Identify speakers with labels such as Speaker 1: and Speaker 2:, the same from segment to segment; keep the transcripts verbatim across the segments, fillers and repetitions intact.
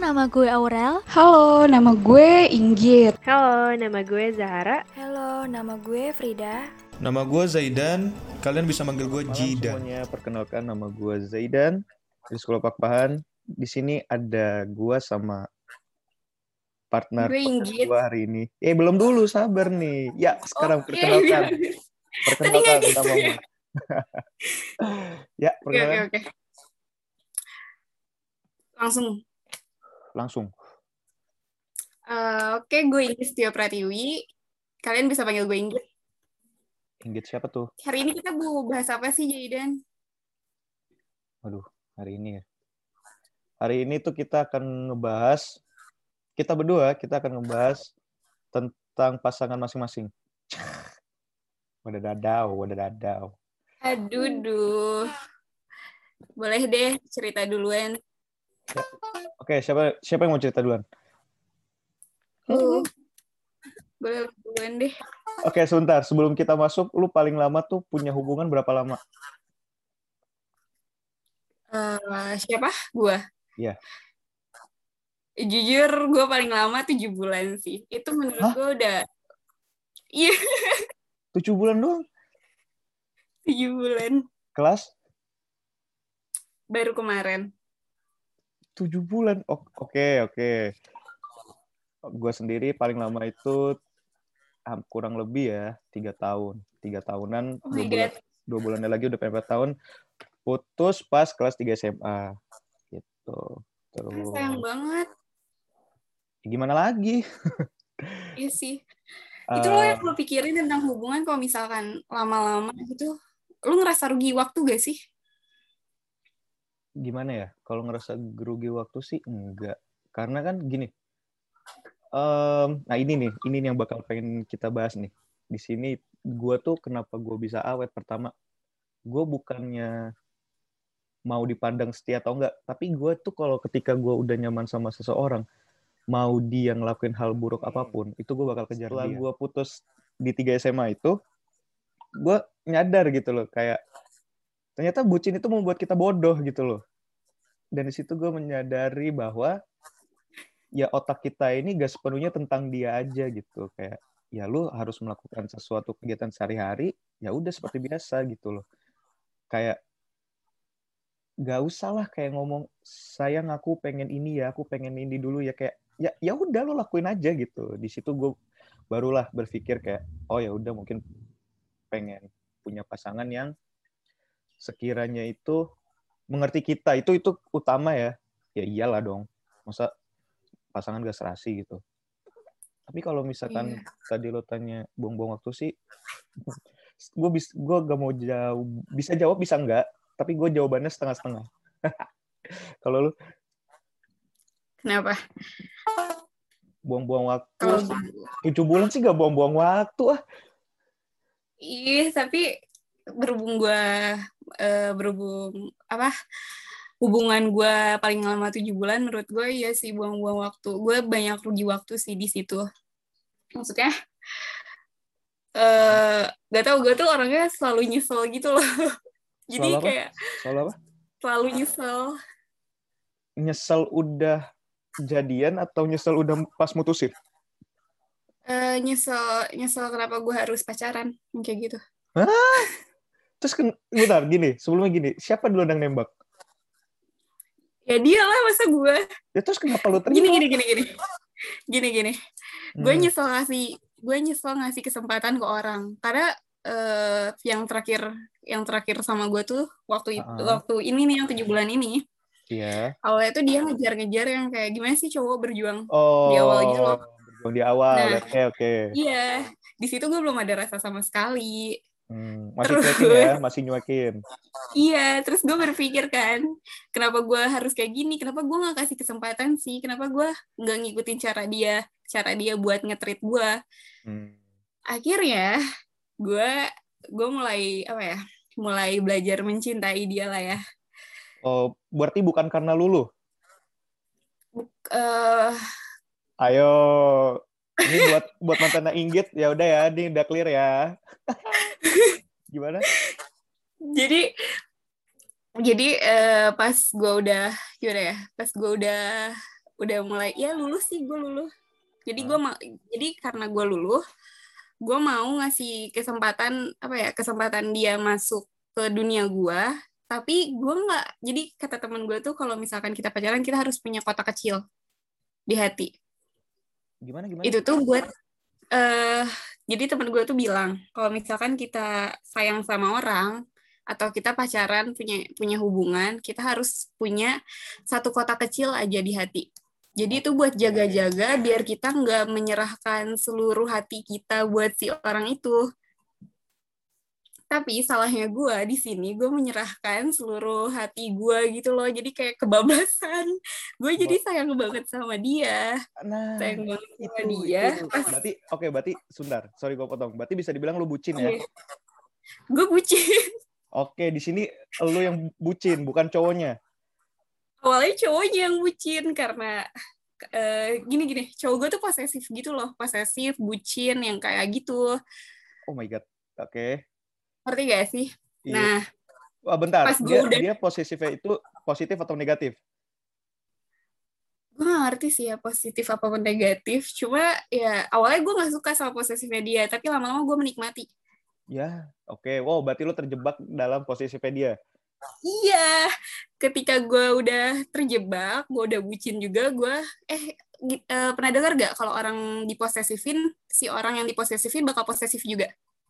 Speaker 1: nama gue Aurel.
Speaker 2: Halo, nama gue Inggit.
Speaker 3: Halo, nama gue Zahara.
Speaker 4: Halo, nama gue Frida.
Speaker 5: Nama gue Zaidan. Kalian bisa manggil gue
Speaker 6: Malam
Speaker 5: Jidan.
Speaker 6: semuanya, perkenalkan nama gue Zaidan dari Sekolah Pakpahan. Di sini ada gue sama partner
Speaker 4: Gue Inggit.
Speaker 6: gue hari ini. Eh belum dulu, sabar nih. Ya sekarang
Speaker 4: Oke.
Speaker 6: perkenalkan. Perkenalkan
Speaker 4: Tadi nggak gitu
Speaker 6: namamu. Ya
Speaker 4: Oke, oke,
Speaker 6: perkenalkan
Speaker 4: oke. Langsung.
Speaker 6: langsung.
Speaker 4: Uh, oke, gue Inggit Setia Pratiwi. Kalian bisa panggil gue Inggit.
Speaker 6: Inggit siapa tuh?
Speaker 4: Hari ini kita mau bahas apa sih, Jaidan?
Speaker 6: Waduh, hari ini ya. Hari ini tuh kita akan ngebahas, kita berdua kita akan ngebahas tentang pasangan masing-masing. Wadah dadau, wadah dadau.
Speaker 4: Aduh, duh. Boleh deh cerita duluan.
Speaker 6: Ya. Oke, siapa siapa yang mau cerita duluan?
Speaker 4: Uh, boleh duluan deh.
Speaker 6: Oke, sebentar. Sebelum kita masuk, lu paling lama tuh punya hubungan berapa lama?
Speaker 4: Uh, siapa? Gue?
Speaker 6: Iya.
Speaker 4: Jujur, gue paling lama tujuh bulan sih. Itu menurut
Speaker 6: Hah?
Speaker 4: gue udah... Iya,
Speaker 6: Tujuh bulan doang?
Speaker 4: tujuh bulan.
Speaker 6: Kelas?
Speaker 4: Baru kemarin.
Speaker 6: Tujuh bulan. O- Oke, oke. Gue sendiri paling lama itu ah, kurang lebih ya tiga tahun. Tiga tahunan.
Speaker 4: Oh
Speaker 6: dua
Speaker 4: my
Speaker 6: bulan,
Speaker 4: God.
Speaker 6: dua bulannya lagi udah empat tahun. Putus pas kelas tiga S M A. Gitu. Terus.
Speaker 4: Ah, sayang banget.
Speaker 6: Ya, gimana lagi?
Speaker 4: Iya sih. Itu lo yang
Speaker 6: Uh,
Speaker 4: lo pikirin tentang hubungan kalau misalkan lama-lama gitu, lo ngerasa rugi waktu gak sih?
Speaker 6: gimana ya? Kalau ngerasa gerugi waktu sih enggak. Karena kan gini. Um, nah ini nih, ini nih yang bakal pengen kita bahas nih. Di sini gue tuh kenapa gue bisa awet. Pertama, gue bukannya mau dipandang setia atau enggak, tapi gue tuh kalau ketika gue udah nyaman sama seseorang, mau dia ngelakuin hal buruk apapun, itu gue bakal kejar dia. Setelah gue putus di tiga S M A itu, gue nyadar gitu loh, kayak ternyata bucin itu membuat kita bodoh gitu loh. Dan di situ gue menyadari bahwa ya otak kita ini gak sepenuhnya tentang dia aja gitu, kayak ya lu harus melakukan sesuatu kegiatan sehari-hari, ya udah seperti biasa gitu loh. Kayak gak usah lah kayak ngomong sayang aku pengen ini ya, aku pengen ini dulu ya, kayak ya ya udah lo lakuin aja gitu. Di situ gue barulah berpikir kayak oh ya udah mungkin pengen punya pasangan yang sekiranya itu mengerti kita, itu itu utama ya. Ya iyalah dong, masa pasangan gak serasi gitu. Tapi kalau misalkan
Speaker 4: Iya.
Speaker 6: tadi lo tanya buang-buang waktu sih, gue bis gue gak mau jawab, bisa jawab bisa enggak, tapi gue jawabannya setengah-setengah. Kalau lu
Speaker 4: Kenapa?
Speaker 6: buang-buang waktu
Speaker 4: Kalau
Speaker 6: tujuh bulan sih gak buang-buang waktu ah.
Speaker 4: iya, tapi berhubung gue eh, berhubung apa hubungan gue paling lama tujuh bulan, menurut gue iya sih buang-buang waktu. Gue banyak rugi waktu sih di situ. Maksudnya eh gak tau, gue tuh orangnya selalu nyesel gitu loh. Jadi
Speaker 6: Selalu apa?
Speaker 4: kayak
Speaker 6: Selalu apa?
Speaker 4: selalu nyesel.
Speaker 6: Nyesel udah jadian atau nyesel udah pas mutusin?
Speaker 4: Eh, nyesel nyesel kenapa gue harus pacaran kayak gitu.
Speaker 6: Hah? Terus kan, bentar gini, sebelumnya gini, siapa dulu yang nembak?
Speaker 4: Ya dia lah, masa gue.
Speaker 6: Ya terus kenapa lu terima?
Speaker 4: Gini gini gini gini. Gini gini. Gue
Speaker 6: Hmm.
Speaker 4: nyesel ngasih gue nyesel ngasih kesempatan ke orang. Karena eh, yang terakhir yang terakhir sama gue tuh waktu itu
Speaker 6: Uh-uh.
Speaker 4: waktu ini nih yang tujuh bulan ini.
Speaker 6: Iya.
Speaker 4: Awalnya tuh dia ngejar-ngejar yang kayak gimana sih cowok berjuang
Speaker 6: Oh,
Speaker 4: di awal gitu loh.
Speaker 6: berjuang di awal.
Speaker 4: Nah,
Speaker 6: Oke, oke.
Speaker 4: Iya, di situ gue belum ada rasa sama sekali.
Speaker 6: Hmm, masih
Speaker 4: Terus-
Speaker 6: cuekin ya, masih nyuekin.
Speaker 4: Iya, terus gue berpikir kan, kenapa gue harus kayak gini? Kenapa gue nggak kasih kesempatan sih? Kenapa gue nggak ngikutin cara dia, cara dia buat nge-treat gue?
Speaker 6: Hmm.
Speaker 4: Akhirnya gue gue mulai apa ya? Mulai belajar mencintai dia lah ya.
Speaker 6: Oh, berarti bukan karena lulu.
Speaker 4: Eh,
Speaker 6: Ayo, ini buat buat mantannya Inggit, ya udah ya, ini udah clear ya. Gimana?
Speaker 4: jadi jadi eh, pas gue udah gimana ya? Pas gue udah udah mulai ya lulus sih gue luluh. Jadi gue ma- jadi karena gue luluh, gue mau ngasih kesempatan apa ya kesempatan dia masuk ke dunia gue. Tapi gue nggak. Jadi kata teman gue tuh kalau misalkan kita pacaran kita harus punya kotak kecil di hati.
Speaker 6: Gimana gimana?
Speaker 4: Itu tuh buat uh, jadi teman gue tuh bilang kalau misalkan kita sayang sama orang atau kita pacaran punya punya hubungan, kita harus punya satu kotak kecil aja di hati. Jadi itu buat jaga-jaga biar kita nggak menyerahkan seluruh hati kita buat si orang itu. Tapi salahnya gue di sini, gue menyerahkan seluruh hati gue gitu loh. Jadi kayak kebablasan. Gue jadi sayang banget sama dia.
Speaker 6: Nah,
Speaker 4: sayang banget sama
Speaker 6: itu,
Speaker 4: dia.
Speaker 6: itu. Berarti, oke, okay, berarti, sebentar. Sorry gue potong. Berarti bisa dibilang lu bucin ya?
Speaker 4: Gue bucin.
Speaker 6: Oke, di sini lu yang bucin, bukan cowoknya.
Speaker 4: Awalnya cowoknya yang bucin karena uh, gini-gini, cowok gue tuh posesif gitu loh, posesif, bucin, yang kayak gitu.
Speaker 6: Oh my god, oke. Okay.
Speaker 4: Ngerti gak sih?
Speaker 6: Iya.
Speaker 4: Nah,
Speaker 6: wah bentar,
Speaker 4: pas
Speaker 6: dia,
Speaker 4: udah...
Speaker 6: dia posesifnya itu positif atau negatif?
Speaker 4: Gue gak ngerti sih ya positif apapun negatif, cuma ya awalnya gue gak suka sama posesifnya dia, tapi lama-lama gue menikmati.
Speaker 6: Ya, oke. Okay. Wow, berarti lu terjebak dalam posesifnya dia.
Speaker 4: Iya, ketika gue udah terjebak, gue udah bucin juga, gue eh uh, pernah dengar gak kalau orang diposesifin, si orang yang diposesifin bakal posesif juga?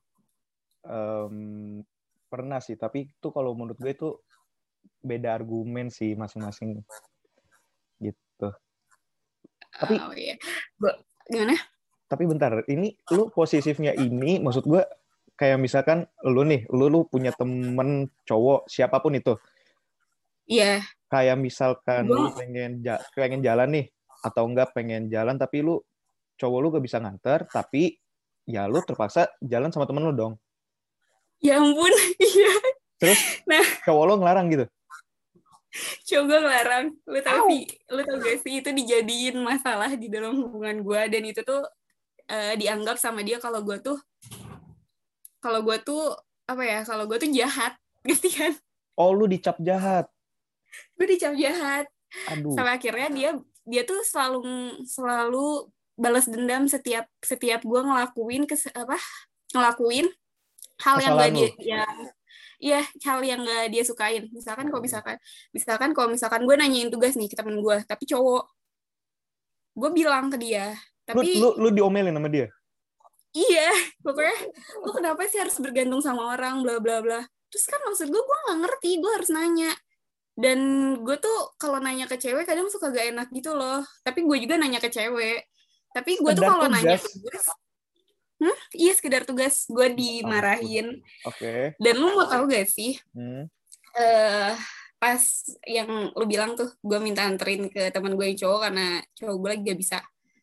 Speaker 6: Um, pernah sih, tapi itu kalau menurut gue itu beda argumen sih masing-masing gitu. Tapi
Speaker 4: oh, iya. Gua, gimana?
Speaker 6: Tapi bentar, ini lu posesifnya ini, maksud gue kayak misalkan lu nih, lu lu punya temen cowok siapapun itu.
Speaker 4: Iya. Yeah.
Speaker 6: Kayak misalkan
Speaker 4: gua...
Speaker 6: lu pengen ja- pengen jalan nih atau enggak pengen jalan tapi lu cowok lu gak bisa nganter, tapi ya lu terpaksa jalan sama temen lu dong.
Speaker 4: Ya ampun, iya.
Speaker 6: Terus
Speaker 4: nah,
Speaker 6: cowok lu ngelarang gitu.
Speaker 4: Cowok gue ngelarang. Lu tau sih, lu tau gak sih itu dijadiin masalah di dalam hubungan gue, dan itu tuh uh, dianggap sama dia kalau gue tuh kalau gue tuh apa ya kalau gue tuh jahat gitu kan.
Speaker 6: Oh, lu dicap jahat.
Speaker 4: Gue dicap jahat.
Speaker 6: Aduh.
Speaker 4: Sampai akhirnya dia dia tuh selalu selalu balas dendam setiap setiap gue ngelakuin kes, apa ngelakuin hal yang gak dia ya iya hal yang gak dia sukain. Misalkan kalau misalkan misalkan kalau misalkan gue nanyain tugas nih ke temen gue tapi cowok, gue bilang ke dia tapi
Speaker 6: lu lu, lu diomelin sama dia.
Speaker 4: Iya, pokoknya lu kenapa sih harus bergantung sama orang, bla bla bla. Terus kan maksud gue, gue nggak ngerti, gue harus nanya. Dan gue tuh kalau nanya ke cewek kadang suka gak enak gitu loh. Tapi gue juga nanya ke cewek. Tapi gue tuh kalau nanya ke tugas, hmm? iya sekedar tugas, gue dimarahin.
Speaker 6: Oke. Okay.
Speaker 4: Dan lu mau tahu gak sih,
Speaker 6: hmm.
Speaker 4: uh, pas yang lu bilang tuh, gue minta anterin ke teman gue yang cowok karena cowok gue lagi gak bisa.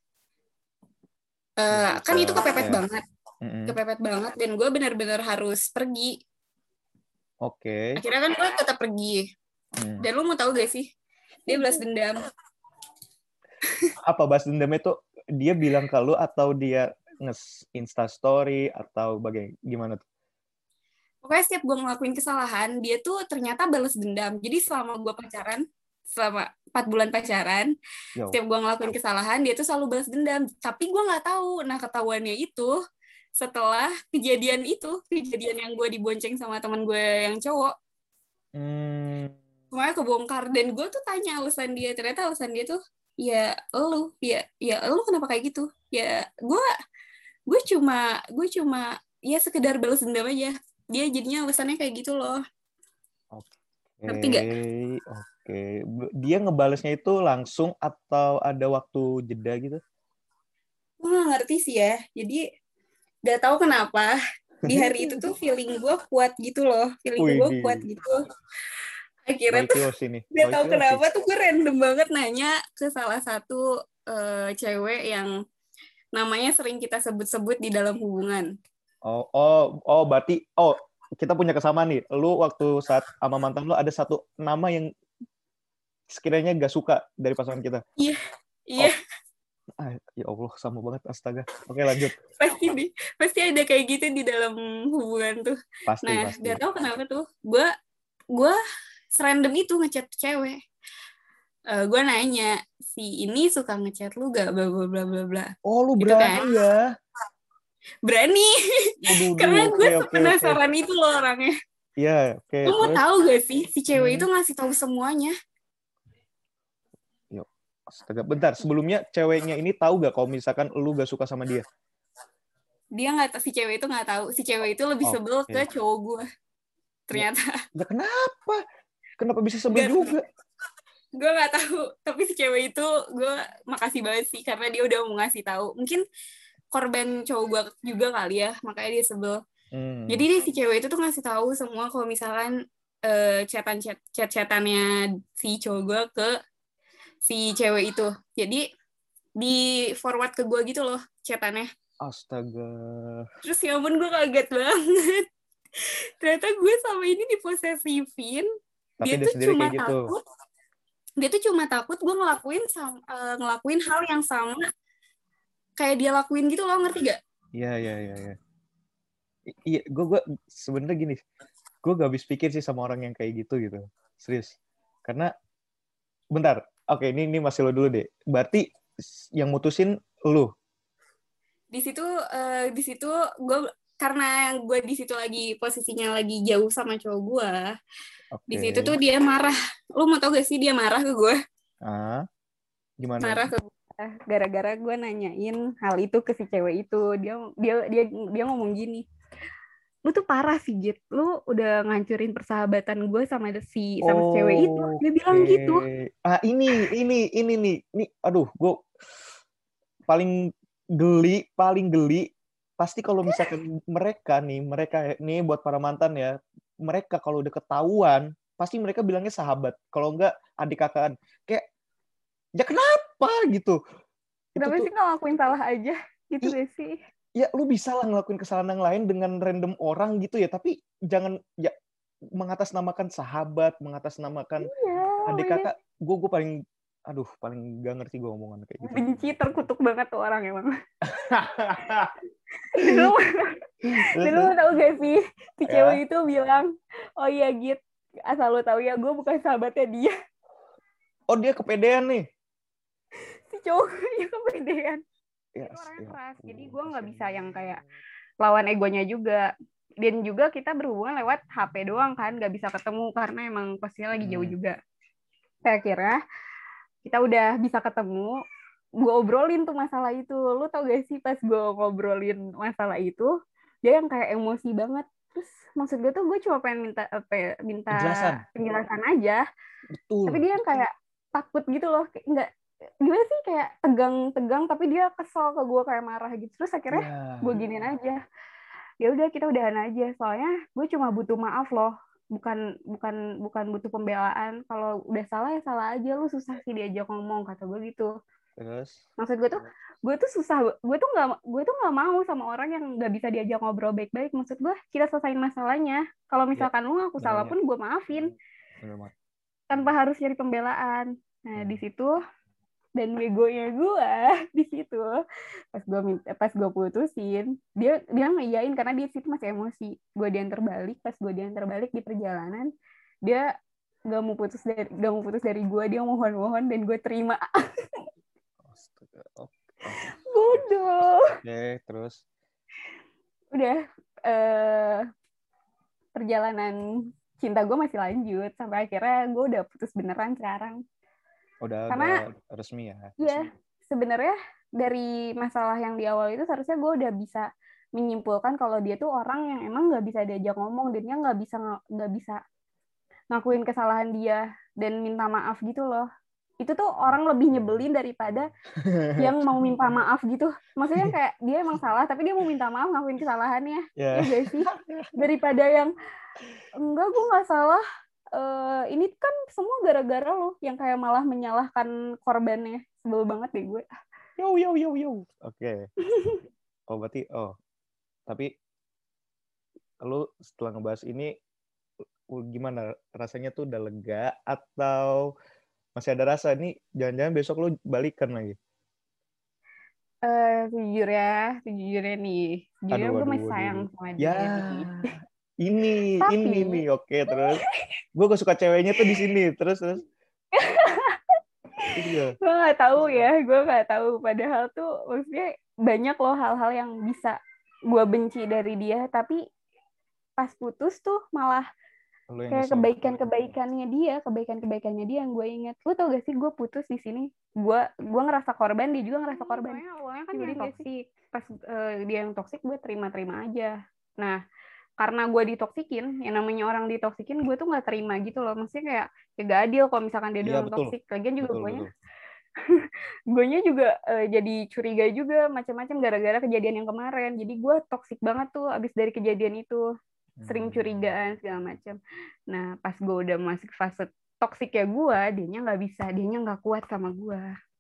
Speaker 4: Uh, kan itu kepepet yeah. banget, mm-hmm. kepepet banget, dan gue benar-benar harus pergi.
Speaker 6: Oke. Okay.
Speaker 4: Akhirnya kan gue tetap pergi. Mm. Dan lu mau tahu gak sih, dia balas dendam.
Speaker 6: Apa balas dendamnya tuh? Dia bilang ke lu atau dia nge-insta story atau bagaimana? Gimana tuh?
Speaker 4: Pokoknya setiap gue ngelakuin kesalahan, dia tuh ternyata balas dendam. Jadi selama gue pacaran, selama empat bulan pacaran, Yo. setiap gue ngelakuin kesalahan, dia tuh selalu balas dendam. Tapi gue nggak tahu. Nah, ketahuannya itu setelah kejadian itu, kejadian yang gue dibonceng sama teman gue yang cowok.
Speaker 6: Hmm.
Speaker 4: Semuanya kebongkar. Dan gue tuh tanya alasan dia. Ternyata alasan dia tuh, ya elu, ya, ya elu kenapa kayak gitu? Ya gue, gue cuma, gue cuma, ya sekedar balas dendam aja. Dia jadinya alasannya kayak gitu loh.
Speaker 6: Oke.
Speaker 4: Ngerti gak?
Speaker 6: Oke. Oke, dia ngebalesnya itu langsung atau ada waktu jeda gitu?
Speaker 4: Gue gak ngerti sih ya. Jadi gak tahu kenapa di hari itu tuh feeling gue kuat gitu loh. Feeling gue kuat gitu. Akhirnya tuh gak tahu kenapa tuh gue random banget nanya ke salah satu uh, cewek yang namanya sering kita sebut-sebut di dalam hubungan.
Speaker 6: Oh, oh, oh, berarti oh kita punya kesamaan nih. Lu waktu saat sama mantan lu ada satu nama yang sekiranya gak suka dari pasangan kita.
Speaker 4: Iya, iya.
Speaker 6: Oh. Ah, ya Allah, sama banget, astaga. Oke, lanjut.
Speaker 4: Pasti nih, pasti ada kayak gitu di dalam hubungan tuh.
Speaker 6: Pasti,
Speaker 4: nah,
Speaker 6: pasti.
Speaker 4: Gak tau kenapa tuh, gue gue serandom itu ngechat cewek. uh, gue nanya, si ini suka ngechat lu gak, bla bla bla bla bla.
Speaker 6: Oh, lu
Speaker 4: Gitu
Speaker 6: berani
Speaker 4: kan?
Speaker 6: ya?
Speaker 4: Berani.
Speaker 6: Waduh,
Speaker 4: Karena
Speaker 6: oke,
Speaker 4: gue
Speaker 6: oke,
Speaker 4: penasaran itu loh orangnya.
Speaker 6: Iya, oke.
Speaker 4: Lu mau
Speaker 6: Terus?
Speaker 4: tahu gak sih, si cewek
Speaker 6: Hmm.
Speaker 4: itu ngasih tahu semuanya.
Speaker 6: Yuk, astaga. Bentar, sebelumnya ceweknya ini tahu gak kalau misalkan lu gak suka sama dia?
Speaker 4: Dia nggak, si cewek itu nggak tahu. Si cewek itu lebih
Speaker 6: Oh,
Speaker 4: sebel
Speaker 6: oke.
Speaker 4: ke cowok gue. Ternyata.
Speaker 6: Ya kenapa? Kenapa bisa sebel
Speaker 4: Gak,
Speaker 6: juga?
Speaker 4: gue nggak tahu. Tapi si cewek itu gue makasih banget sih karena dia udah mau ngasih tahu. Mungkin korban cowok gue juga kali ya, makanya dia sebel.
Speaker 6: Hmm.
Speaker 4: Jadi nih si cewek itu tuh ngasih tahu semua kalau misalkan uh, chatan chat chat chatannya si cowok gue ke si cewek itu. Jadi di forward ke gue gitu loh chatannya.
Speaker 6: Astaga.
Speaker 4: Terus ya ampun gue kaget banget. Ternyata gue sama ini diposesifin.
Speaker 6: Tapi
Speaker 4: Dia
Speaker 6: dia
Speaker 4: tuh
Speaker 6: sendiri
Speaker 4: cuma
Speaker 6: kayak gitu.
Speaker 4: takut. Dia tuh cuma takut gue ngelakuin sam, uh, ngelakuin hal yang sama kayak dia lakuin gitu loh, ngerti gak?
Speaker 6: Iya, iya, iya, iya. Iya, gue gue sebenarnya gini. Gue gak habis pikir sih sama orang yang kayak gitu gitu. Serius. Karena bentar. Oke, ini ini masih lo dulu deh. Berarti yang mutusin lu.
Speaker 4: Di situ uh, di situ gue karena gue di situ lagi posisinya lagi jauh sama cowok gue.
Speaker 6: Okay.
Speaker 4: Di situ tuh dia marah. Lu mau tau gak sih dia marah ke gue?
Speaker 6: Ah, gimana?
Speaker 2: Marah ke gue gara-gara gue nanyain hal itu ke si cewek itu. Dia dia dia dia ngomong gini. Lu tuh parah sih, Git. Lu udah ngancurin persahabatan gue sama si sama
Speaker 6: oh,
Speaker 2: cewek itu. Dia
Speaker 6: okay.
Speaker 2: bilang gitu.
Speaker 6: Ah, ini ini ini nih. Nih, aduh, gue paling geli, paling geli pasti kalau misalkan mereka nih, mereka nih buat para mantan ya, mereka kalau udah ketahuan, pasti mereka bilangnya sahabat. Kalau enggak adik kakaan. Kayak, ya kenapa gitu?
Speaker 2: Kenapa
Speaker 6: Itu
Speaker 2: sih nggak ngelakuin salah aja? Gitu deh sih.
Speaker 6: Ya lu bisa lah ngelakuin kesalahan yang lain dengan random orang gitu ya, tapi jangan ya mengatasnamakan sahabat, mengatasnamakan
Speaker 2: iya,
Speaker 6: adik
Speaker 2: iya.
Speaker 6: kakak. Gue gue paling, aduh paling gak ngerti gue omongan kayak gitu.
Speaker 2: Benci, terkutuk banget tuh orang emang. Dan lu, dan lu tau gak sih, si cewek
Speaker 6: Ya.
Speaker 2: itu bilang, oh iya Git, asal lu tahu ya, gue bukan sahabatnya dia.
Speaker 6: Oh dia kepedean nih.
Speaker 2: Si cowok dia kepedean.
Speaker 6: Ya,
Speaker 2: Itu orangnya
Speaker 6: ya,
Speaker 2: keras,
Speaker 6: ya,
Speaker 2: jadi gue nggak
Speaker 6: ya.
Speaker 2: bisa yang kayak lawan egonya juga. Dan juga kita berhubungan lewat H P doang kan, nggak bisa ketemu karena emang posisinya lagi jauh
Speaker 6: Hmm.
Speaker 2: juga. Saya kira kita udah bisa ketemu, gue obrolin tuh masalah itu. Lu tau gak sih pas gue ngobrolin masalah itu, dia yang kayak emosi banget. Terus maksud gue tuh gue cuma pengen minta apa ya, minta
Speaker 6: Penjelasan.
Speaker 2: penjelasan aja.
Speaker 6: Betul.
Speaker 2: Tapi dia yang kayak takut gitu loh, kayak nggak gimana sih, kayak tegang-tegang tapi dia kesel ke gue, kayak marah gitu. Terus akhirnya
Speaker 6: Ya.
Speaker 2: gue giniin aja, ya udah kita udahan aja, soalnya gue cuma butuh maaf loh, bukan bukan bukan butuh pembelaan. Kalau udah salah ya salah aja, lu susah sih diajak ngomong, kata gue gitu.
Speaker 6: Terus
Speaker 2: Maksud gue tuh gue tuh susah, gue tuh nggak gue tuh nggak mau sama orang yang nggak bisa diajak ngobrol baik-baik. Maksud gue kita selesain masalahnya, kalau misalkan ya, lu ngaku salah pun gue maafin. Bener, tanpa harus nyari pembelaan. Nah di situ dan begonya gue di situ pas gue minta, pas gue putusin, dia dia ngeyain karena dia situ masih emosi. Gue diantar balik, pas gue diantar balik di perjalanan, dia gak mau putus dari gak mau putus dari gue, dia mohon-mohon dan gue terima. Bodoh.
Speaker 6: Oke, okay, terus
Speaker 2: udah eh, perjalanan cinta gue masih lanjut sampai akhirnya gue udah putus beneran sekarang.
Speaker 6: Udah
Speaker 2: karena
Speaker 6: resmi ya.
Speaker 2: Iya, sebenarnya dari masalah yang di awal itu seharusnya gue udah bisa menyimpulkan kalau dia tuh orang yang emang nggak bisa diajak ngomong, dan dia nggak bisa nggak bisa ngakuin kesalahan dia dan minta maaf gitu loh. Itu tuh orang lebih nyebelin daripada yang mau minta maaf gitu. Maksudnya kayak dia emang salah tapi dia mau minta maaf ngakuin kesalahannya. Yeah. Ya guys sih, daripada yang enggak gue nggak salah. Uh, ini kan semua gara-gara lo, yang kayak malah menyalahkan korbannya. Sebel banget deh gue.
Speaker 6: Yo yo yo yo. Oke. Okay. Oh berarti oh. Tapi lu setelah ngebahas ini gimana rasanya, tuh udah lega atau masih ada rasa nih jangan-jangan besok lu balikan lagi?
Speaker 2: Uh, jujur ya, jujurnya nih. Jujurnya gue masih sayang aduh. Sama dia.
Speaker 6: Ya. Ini, Tapi... ini nih, oke terus. Gue gak suka ceweknya tuh di sini, terus terus. Iya.
Speaker 2: Gue nggak tahu ya, gue nggak tahu. Padahal tuh maksudnya banyak loh hal-hal yang bisa gue benci dari dia, tapi pas putus tuh malah
Speaker 6: Lo yang
Speaker 2: kayak
Speaker 6: nyesel.
Speaker 2: kebaikan-kebaikannya dia, kebaikan-kebaikannya dia yang gue inget. Lu tau gak sih gue putus di sini, gue gue ngerasa korban, dia juga ngerasa korban. Soalnya awalnya kan dia toksik, pas uh, dia yang toksik gue terima-terima aja. Nah karena gue ditoksikin, yang namanya orang ditoksikin, gue tuh nggak terima gitu loh. Maksudnya kayak ya gak adil kalau misalkan dia
Speaker 6: Iya,
Speaker 2: doang
Speaker 6: betul.
Speaker 2: toksik. Lagian juga
Speaker 6: Betul,
Speaker 2: gue
Speaker 6: betul.
Speaker 2: guenya juga uh, jadi curiga juga macam-macam gara-gara kejadian yang kemarin. Jadi gue toksik banget tuh abis dari kejadian itu, sering curigaan segala macam. Nah pas gue udah masuk fase toksik ya gue, dianya nggak bisa, dianya nggak kuat sama gue.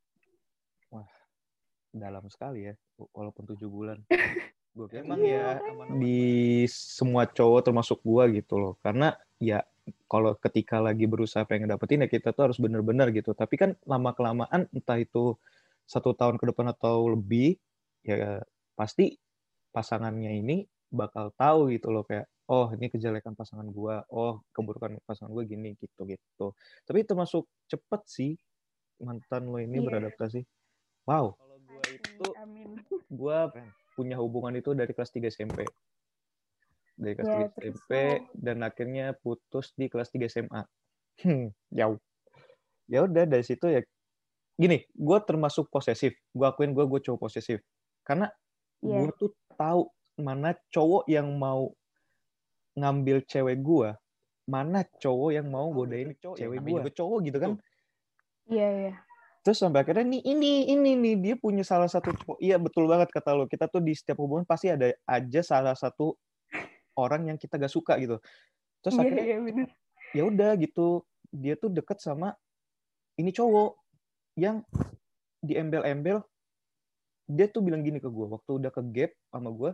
Speaker 6: Wah, dalam sekali ya, walaupun tujuh bulan. Gue kira emang
Speaker 2: Iya,
Speaker 6: ya
Speaker 2: makanya.
Speaker 6: di semua cowok termasuk gue gitu loh. Karena ya kalau ketika lagi berusaha pengen dapetin ya kita tuh harus bener-bener gitu. Tapi kan lama-kelamaan entah itu satu tahun ke depan atau lebih, ya pasti pasangannya ini bakal tahu gitu loh kayak, oh ini kejelekan pasangan gue, oh keburukan pasangan gue gini gitu-gitu. Tapi termasuk cepet sih mantan lo ini
Speaker 2: Iya.
Speaker 6: beradaptasi. Wow. Kalau gue itu,
Speaker 2: Amin.
Speaker 6: gue punya hubungan itu dari kelas tiga S M P. Dari kelas
Speaker 2: Ya,
Speaker 6: tiga S
Speaker 2: terus
Speaker 6: M P dan akhirnya putus di kelas tiga S M A. Hmm, jauh. Ya udah dari situ ya gini, gue termasuk posesif. Gue akuin gue gue cowok posesif. Karena
Speaker 2: Iya.
Speaker 6: gue tuh tahu mana cowok yang mau ngambil cewek gue, mana cowok yang mau godain cewek gue. Juga cowok gitu kan.
Speaker 2: Iya, iya.
Speaker 6: Terus sampai akhirnya nih ini ini nih dia punya salah satu cowok. Iya betul banget kata lo. Kita tuh di setiap hubungan pasti ada aja salah satu orang yang kita gak suka gitu. Terus
Speaker 2: Iya,
Speaker 6: akhirnya
Speaker 2: iya, bener.
Speaker 6: ya udah gitu dia tuh deket sama ini cowok yang di embel-embel. Dia tuh bilang gini ke gue waktu udah ke gap sama gue,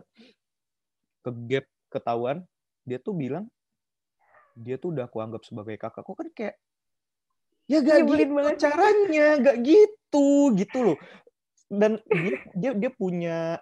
Speaker 6: ke gap ketahuan, dia tuh bilang dia tuh udah aku anggap sebagai kakak. Kok kan kayak ya gak
Speaker 2: Nyebelin
Speaker 6: gitu
Speaker 2: banget.
Speaker 6: caranya, gak gitu gitu loh. Dan dia dia dia punya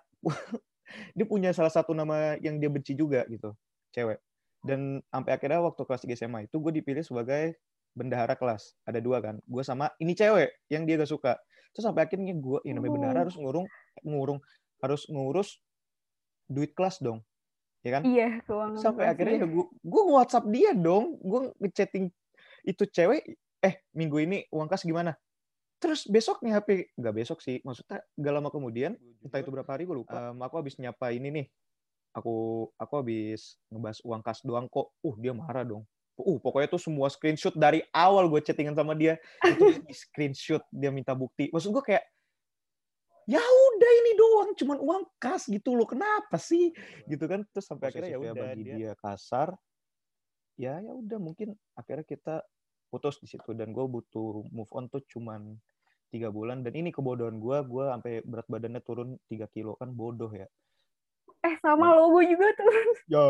Speaker 6: dia punya salah satu nama yang dia benci juga gitu, cewek. Dan sampai akhirnya waktu kelas tiga S M A itu gue dipilih sebagai bendahara kelas. Ada dua kan, gue sama ini cewek yang dia gak suka. Terus sampai akhirnya gue, ya namanya bendahara harus ngurung, ngurung, harus ngurus duit kelas dong, ya kan?
Speaker 2: Iya, keuangan.
Speaker 6: Sampai
Speaker 2: kelas,
Speaker 6: akhirnya
Speaker 2: iya.
Speaker 6: ya gue, gue WhatsApp dia dong, gue ngechatting itu cewek, eh minggu ini uang kas gimana? Terus besoknya H P, nggak besok sih, maksudnya gak lama kemudian, entah itu berapa hari gue lupa, um, aku habis nyapa ini nih, aku aku habis ngebahas uang kas doang kok, uh dia marah dong. Uh pokoknya tuh semua screenshot dari awal gue chattingan sama dia, itu di screenshot dia minta bukti. Maksud gue kayak, ya udah ini doang, cuman uang kas gitu loh, kenapa sih? Gitu kan, terus sampai akhirnya ya udah bagi dia, dia kasar, ya ya udah mungkin akhirnya kita putus di situ dan gue butuh move on tuh cuman tiga bulan dan ini kebodohan gue, gue sampai berat badannya turun tiga kilo kan bodoh ya.
Speaker 2: Eh sama lo, gue juga turun.
Speaker 6: Ya.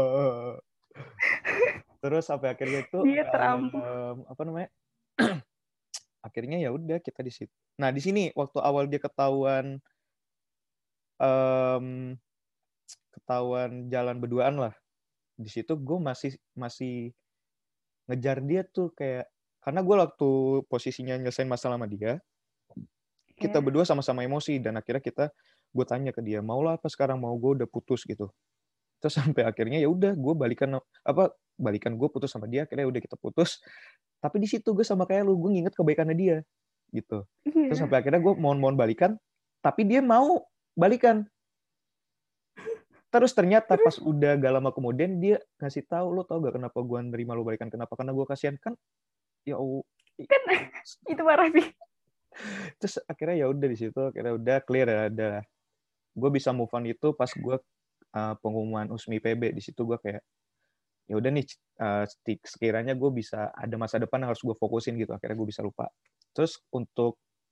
Speaker 6: Terus sampai akhirnya itu
Speaker 2: Dia terampuh.
Speaker 6: um, apa namanya? Akhirnya ya udah kita di situ. Nah di sini waktu awal dia ketahuan um, ketahuan jalan berduaan lah. Di situ gue masih masih ngejar dia tuh kayak karena gue waktu posisinya nyelesain masalah sama dia, kita berdua sama-sama emosi dan akhirnya kita gue tanya ke dia mau lah apa sekarang, mau gue udah putus gitu. Terus sampai akhirnya ya udah gue balikan apa balikan gue putus sama dia, akhirnya udah kita putus. Tapi di situ gue sama kayak lu, gue nginget kebaikannya dia gitu.
Speaker 2: Iya.
Speaker 6: Terus sampai akhirnya gue mohon-mohon balikan, tapi dia mau balikan. Terus ternyata pas udah gak lama kemudian dia ngasih tahu, lo tau gak kenapa gue nerima lo balikan? Kenapa? Karena gue kasihan kan. Ya Allah.
Speaker 2: Kan itu parah sih.
Speaker 6: Terus akhirnya ya udah di situ, akhirnya udah clear ya, ada. Gue bisa move on itu pas gue uh, pengumuman U S M I P B. Di situ gue kayak ya udah nih uh, sekiranya gue bisa ada masa depan yang harus gue fokusin gitu. Akhirnya gue bisa lupa. Terus untuk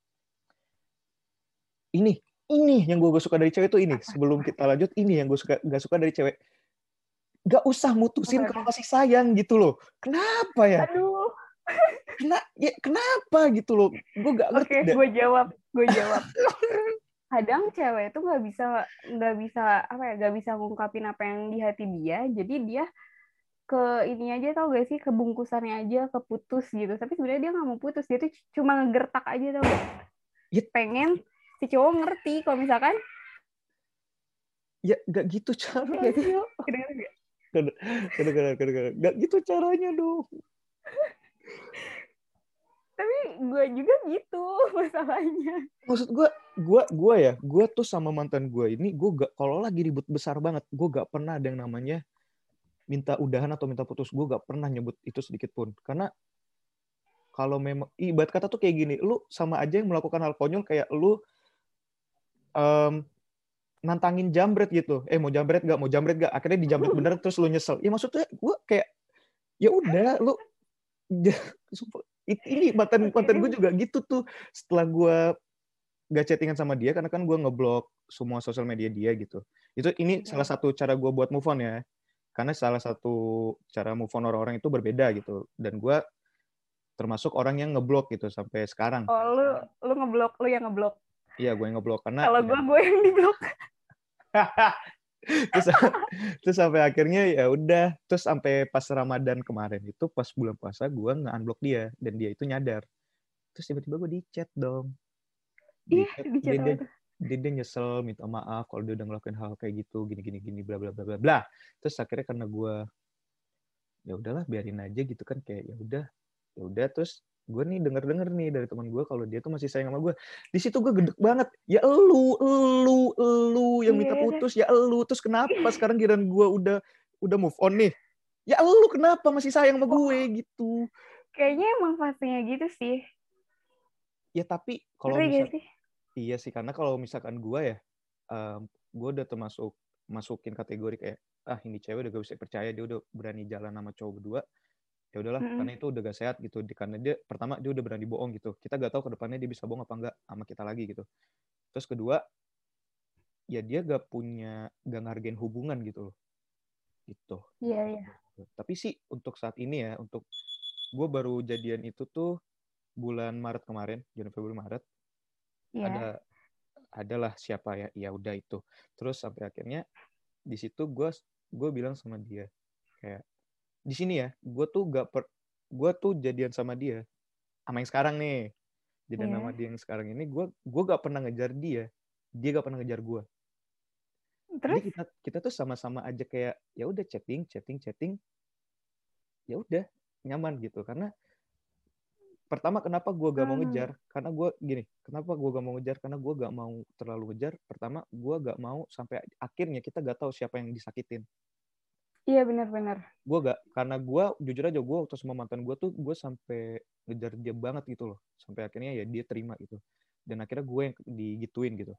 Speaker 6: ini ini yang gue gak suka dari cewek itu ini. Sebelum kita lanjut, ini yang gue suka gak suka dari cewek. Gak usah mutusin kalau masih sayang gitu loh. Kenapa ya?
Speaker 2: Aduh.
Speaker 6: Kena, ya kenapa gitu loh? Gue gak ngerti.
Speaker 2: Oke, gue jawab, gue jawab. Kadang cewek itu nggak bisa nggak bisa apa ya nggak bisa ngungkapin apa yang di hati dia, jadi dia ke ini aja, tau gak sih, ke bungkusannya aja, ke putus gitu. Tapi sebenarnya dia nggak mau putus, dia tuh cuma ngegertak aja, tau gak?
Speaker 6: Ya.
Speaker 2: Pengen si cowok ngerti kalau misalkan
Speaker 6: ya nggak gitu caranya.
Speaker 2: kedengeran nggak?
Speaker 6: Kedengeran, kedengeran. Nggak gitu caranya dong.
Speaker 2: Tapi gue juga gitu masalahnya.
Speaker 6: Maksud gue, gue, gue ya, gue tuh sama mantan gue ini, gue gak, kalau lagi ribut besar banget, gue gak pernah ada yang namanya minta udahan atau minta putus. Gue gak pernah nyebut itu sedikit pun. Karena kalau memang, ibarat kata tuh kayak gini, lu sama aja yang melakukan hal konyol kayak lu um, nantangin jambret gitu. Eh mau jambret gak, mau jambret gak, akhirnya dijambret bener terus lu nyesel. Ya maksudnya gue kayak, ya udah lu, ini mantan mantan gue juga gitu tuh. Setelah gue gak chattingan sama dia, karena kan gue ngeblok semua sosial media dia gitu. Itu ini yeah. salah satu cara gue buat move on ya. Karena salah satu cara move on orang-orang itu berbeda gitu. Dan gue termasuk orang yang ngeblok gitu sampai sekarang.
Speaker 2: Oh, lu lu ngeblok, lu yang ngeblok.
Speaker 6: Iya, gue yang ngeblok karena
Speaker 2: kalau
Speaker 6: ya.
Speaker 2: gue gue yang diblok.
Speaker 6: terus terus sampai akhirnya ya udah, terus sampai pas Ramadan kemarin itu pas bulan puasa gue nge-unblock dia dan dia itu nyadar. Terus tiba-tiba gue di chat dong.
Speaker 2: Iya,
Speaker 6: di chat dia, dia, dia nyesel, minta maaf kalau dia udah ngelakuin hal kayak gitu, gini gini gini bla bla bla bla bla. Terus akhirnya karena gue ya udahlah biarin aja gitu kan, kayak ya udah ya udah terus gue nih denger denger nih dari teman gue kalau dia tuh masih sayang sama gue. Di situ gue gedek banget. Ya elu elu elu yang minta putus, ya elu. Terus kenapa sekarang giliran gue udah udah move on nih? Ya elu kenapa masih sayang sama gue gitu?
Speaker 2: Kayaknya emang fasenya gitu sih.
Speaker 6: Ya tapi kalau misal sih? Iya sih, karena kalau misalkan gue ya, um, gue udah termasuk masukin kategori kayak ah ini cewek udah gak bisa percaya, dia udah berani jalan sama cowok berdua. Ya udahlah, mm-hmm. karena itu udah gak sehat gitu. Karena dia pertama dia udah berani bohong gitu. Kita gak tahu ke depannya dia bisa bohong apa enggak sama kita lagi gitu. Terus kedua, ya dia gak punya, gak ngargain hubungan gitu loh. Gitu.
Speaker 2: Iya, iya.
Speaker 6: Tapi sih untuk saat ini ya, untuk gue baru jadian itu tuh bulan Maret kemarin, Januari Februari Maret. Yeah. Ada adalah siapa ya? Ya udah itu. Terus sampai akhirnya di situ gue gue bilang sama dia kayak di sini ya, gue tuh gak per, gue tuh jadian sama dia, sama yang sekarang nih, jadian yeah. sama dia yang sekarang ini, gue gue gak pernah ngejar dia, dia gak pernah ngejar gue. Terus? Jadi kita kita tuh sama-sama aja kayak ya udah chatting chatting chatting, ya udah nyaman gitu. Karena pertama kenapa gue gak mau ngejar, hmm. karena gue gini, kenapa gue gak mau ngejar, karena gue gak mau terlalu ngejar. Pertama gue gak mau sampai akhirnya kita gak tahu siapa yang disakitin.
Speaker 2: Iya benar-benar.
Speaker 6: Gue gak, karena gue jujur aja gue waktu sama mantan gue tuh gue sampai ngejar dia banget gitu loh, sampai akhirnya ya dia terima gitu, dan akhirnya gue yang digituin gitu.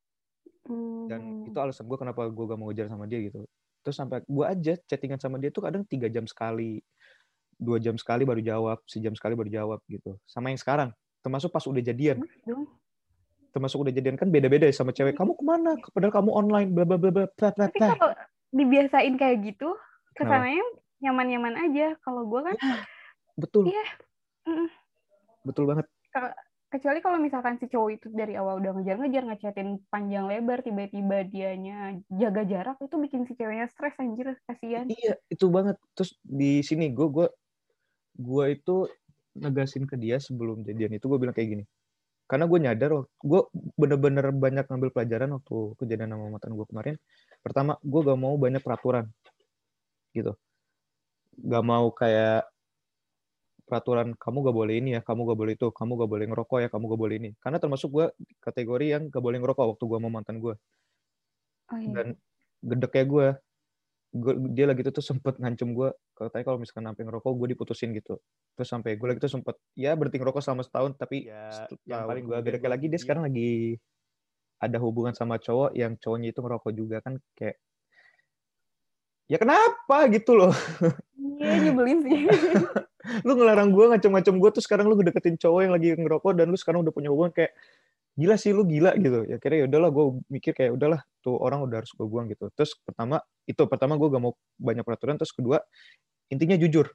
Speaker 6: Dan hmm. itu alasan gue kenapa gue gak mau ngejar sama dia gitu. Terus sampai gue aja chattingan sama dia tuh kadang tiga jam sekali, dua jam sekali baru jawab, sejam sekali baru jawab gitu. Sama yang sekarang, termasuk pas udah jadian. Hmm. Termasuk udah jadian kan beda-beda ya sama cewek. Kamu kemana? Padahal kamu online, bla bla bla bla.
Speaker 2: Tapi kalau dibiasain kayak gitu, kesananya nyaman-nyaman aja. Kalau gue kan,
Speaker 6: ya, betul.
Speaker 2: Iya. Mm.
Speaker 6: Betul banget.
Speaker 2: Kecuali kalau misalkan si cowok itu dari awal udah ngejar-ngejar, ngechatin panjang lebar, tiba-tiba dianya jaga jarak, itu bikin si ceweknya stres, anjir, kasihan.
Speaker 6: Iya, itu banget. Terus di sini gue gue gue itu negasin ke dia sebelum jadian itu, gue bilang kayak gini. Karena gue nyadar, gue bener-bener banyak ngambil pelajaran waktu kejadian sama mantan gue kemarin. Pertama, gue gak mau banyak peraturan. Gitu. Gak mau kayak peraturan, kamu gak boleh ini ya, kamu gak boleh itu, kamu gak boleh ngerokok ya, kamu gak boleh ini. Karena termasuk gue kategori yang gak boleh ngerokok waktu gue sama mantan gue. Oh, iya. Dan gedeknya gue, gue, dia lagi itu tuh sempet ngancem gue, katanya kalau misalkan sampai ngerokok, gue diputusin gitu. Terus sampai gue lagi tuh sempet, ya berhenti ngerokok selama setahun, tapi ya, yang paling gue gedeknya lagi, dia sekarang lagi ada hubungan sama cowok, yang cowoknya itu ngerokok juga kan, kayak, ya kenapa gitu loh.
Speaker 2: Iya, nyebelin sih.
Speaker 6: Lu ngelarang gue, ngacem-ngacem gue, terus sekarang lu ngedeketin cowok yang lagi ngerokok, dan lu sekarang udah punya hubungan, kayak, gila sih lu, gila gitu. Ya kira ya udahlah, gue mikir kayak udahlah, tuh orang udah harus gue buang gitu. Terus pertama, itu pertama gue gak mau banyak peraturan, terus kedua, intinya jujur.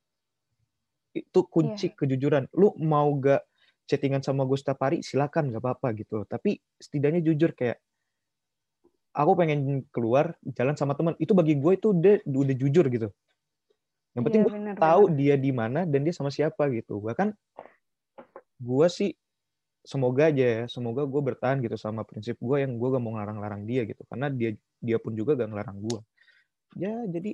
Speaker 6: Itu kunci yeah. kejujuran. Lu mau gak chattingan sama gue setiap hari, silakan, gak apa-apa gitu. Tapi setidaknya jujur, kayak, aku pengen keluar, jalan sama teman. Itu bagi gue itu udah, udah jujur gitu. Yang penting
Speaker 2: Iya,
Speaker 6: gue
Speaker 2: bener,
Speaker 6: tahu
Speaker 2: bener.
Speaker 6: dia di mana dan dia sama siapa gitu. Bahkan gue sih semoga aja ya, semoga gue bertahan gitu sama prinsip gue yang gue gak mau ngelarang-larang dia gitu. Karena dia dia pun juga gak ngelarang gue. Ya jadi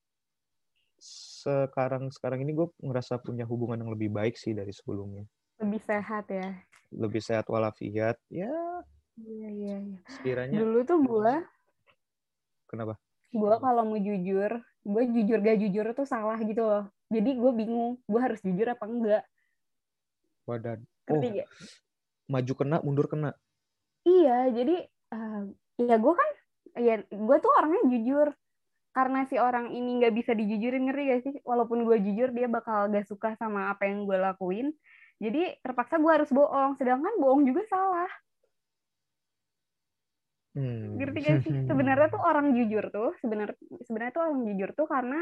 Speaker 6: sekarang sekarang ini gue ngerasa punya hubungan yang lebih baik sih dari sebelumnya.
Speaker 2: Lebih sehat ya.
Speaker 6: Lebih sehat walafiat. Ya
Speaker 2: Iya, iya, iya.
Speaker 6: sekiranya.
Speaker 2: Dulu tuh gue,
Speaker 6: Kenapa?
Speaker 2: gue kalau mau jujur, gue jujur gak jujur tuh salah gitu loh. Jadi gue bingung, gue harus jujur apa enggak.
Speaker 6: Wadah.
Speaker 2: Ngerti
Speaker 6: Oh,
Speaker 2: gak?
Speaker 6: maju kena, mundur kena.
Speaker 2: Iya, jadi uh, ya gue kan, ya gue tuh orangnya jujur. Karena si orang ini nggak bisa dijujurin, ngerti gak sih? Walaupun gue jujur, dia bakal gak suka sama apa yang gue lakuin. Jadi terpaksa gue harus bohong. Sedangkan bohong juga salah.
Speaker 6: Hmm.
Speaker 2: Ngerti gak sih? Sebenarnya tuh orang jujur tuh, sebenarnya sebenarnya tuh orang jujur tuh karena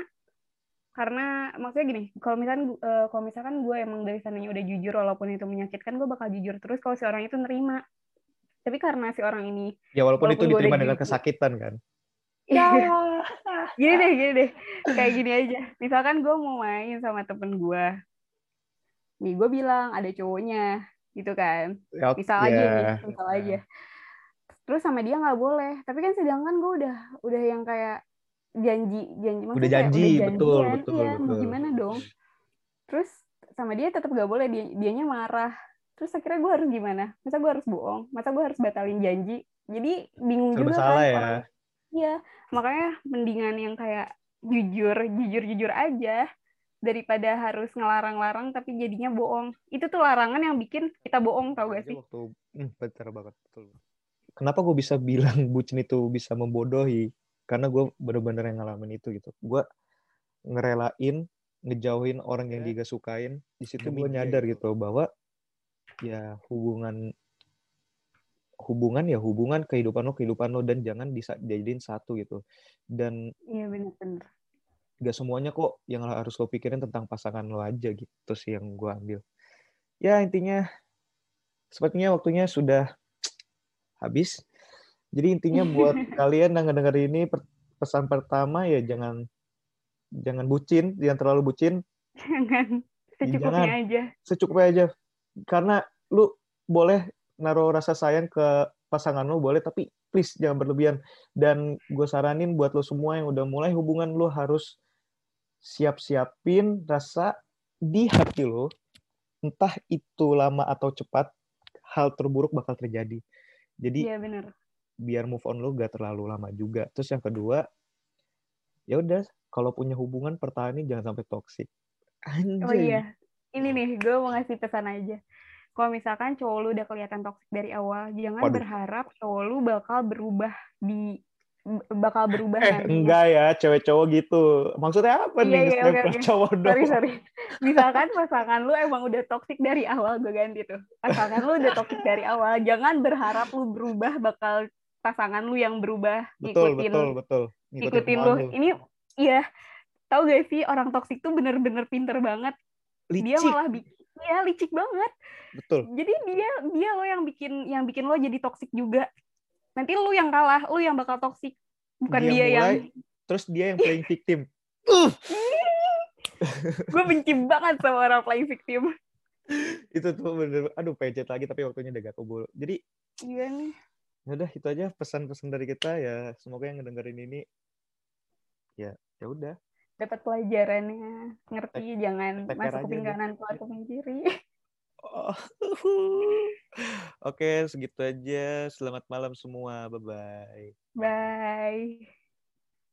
Speaker 2: karena maksudnya gini, kalau misalkan uh, kalau misalkan gue emang dari sananya udah jujur walaupun itu menyakitkan, gue bakal jujur terus kalau si orang itu nerima. Tapi karena si orang ini,
Speaker 6: Ya walaupun,
Speaker 2: walaupun
Speaker 6: itu
Speaker 2: gue udah
Speaker 6: diterima dengan
Speaker 2: jujur,
Speaker 6: kesakitan kan.
Speaker 2: ya. Gini deh, gini deh, kayak gini aja. Misalkan gue mau main sama temen gue, nih gue bilang ada cowoknya, gitu kan.
Speaker 6: Ya,
Speaker 2: Misal
Speaker 6: ya.
Speaker 2: aja nih, misal aja. Terus sama dia nggak boleh. Tapi kan sedangkan gue udah udah yang kayak janji, janji
Speaker 6: Udah
Speaker 2: maksudnya kayak
Speaker 6: janji,
Speaker 2: udah
Speaker 6: betul,
Speaker 2: janjian,
Speaker 6: betul,
Speaker 2: iya, mau
Speaker 6: betul.
Speaker 2: gimana dong? Terus sama dia tetap nggak boleh, dia dianya marah. Terus akhirnya gue harus gimana? Masa gue harus bohong? Masa gue harus batalin janji? Jadi bingung
Speaker 6: Serba
Speaker 2: juga
Speaker 6: salah
Speaker 2: kan
Speaker 6: ya.
Speaker 2: orang. Iya, makanya mendingan yang kayak jujur, jujur-jujur aja daripada harus ngelarang-larang tapi jadinya bohong. Itu tuh larangan yang bikin kita bohong, tau gak sih?
Speaker 6: Waktu, hmm, betul banget, betul. Kenapa gue bisa bilang bucin itu bisa membodohi? Karena gue bener-bener yang ngalamin itu gitu. Gue ngerelain, ngejauhin orang yang dia gak sukain. Di situ gue nyadar gitu bahwa ya hubungan hubungan ya hubungan kehidupan lo kehidupan lo dan jangan dijadiin satu gitu. Dan
Speaker 2: iya benar-benar.
Speaker 6: Gak semuanya kok yang harus lo pikirin tentang pasangan lo aja gitu sih yang gue ambil. Ya intinya sepertinya waktunya sudah habis. Jadi intinya buat kalian yang ngedenger ini pesan pertama ya jangan jangan bucin, jangan terlalu bucin.
Speaker 2: Jangan secukupnya
Speaker 6: jangan,
Speaker 2: aja.
Speaker 6: Secukupnya aja. Karena lu boleh naruh rasa sayang ke pasangan lo boleh, tapi please jangan berlebihan. Dan gue saranin buat lo semua yang udah mulai hubungan lo harus siap-siapin rasa di hati lo, entah itu lama atau cepat, hal terburuk bakal terjadi. Jadi
Speaker 2: iya, bener.
Speaker 6: biar move on lo gak terlalu lama juga. Terus yang kedua, ya udah kalau punya hubungan pertahanin jangan sampai toksik. Anjay.
Speaker 2: Oh iya, ini nih gue mau ngasih pesan aja. Kalau misalkan cowok lu udah kelihatan toksik dari awal, jangan
Speaker 6: Waduh.
Speaker 2: berharap cowok lu bakal berubah di bakal berubah
Speaker 6: eh,
Speaker 2: nantinya.
Speaker 6: Enggak ya, cewek cowok gitu. Maksudnya apa
Speaker 2: iya,
Speaker 6: nih?
Speaker 2: Iya, oke, oke.
Speaker 6: Cowok dong.
Speaker 2: Sorry, sorry. Misalkan pasangan lu emang udah toksik dari awal, gue ganti tuh. Pasangan lu udah toksik dari awal, jangan berharap lu berubah bakal pasangan lu yang berubah
Speaker 6: betul,
Speaker 2: ngikutin
Speaker 6: betul, betul.
Speaker 2: Ngikutin, ngikutin lu. lu. Ini, iya, tau gak sih orang toksik tuh bener-bener pinter banget.
Speaker 6: Licik.
Speaker 2: Dia malah bikin, ya licik banget.
Speaker 6: Betul.
Speaker 2: Jadi dia dia lo yang bikin yang bikin lo jadi toksik juga. Nanti lu yang kalah, lu yang bakal toksik. Bukan dia, dia
Speaker 6: mulai,
Speaker 2: yang
Speaker 6: terus dia yang playing victim.
Speaker 2: uh. Gue benci banget sama orang playing victim.
Speaker 6: Itu tuh bener, aduh pencet lagi tapi waktunya udah gak kebul. Jadi
Speaker 2: iya nih.
Speaker 6: Ya udah itu aja pesan-pesan dari kita ya. Semoga yang ngedengerin ini ya ya udah
Speaker 2: dapat pelajarannya, ngerti Tek, jangan masuk kuping kanan keluar kuping kiri.
Speaker 6: Oh. Oke, segitu aja. Selamat malam semua. Bye-bye.
Speaker 2: Bye.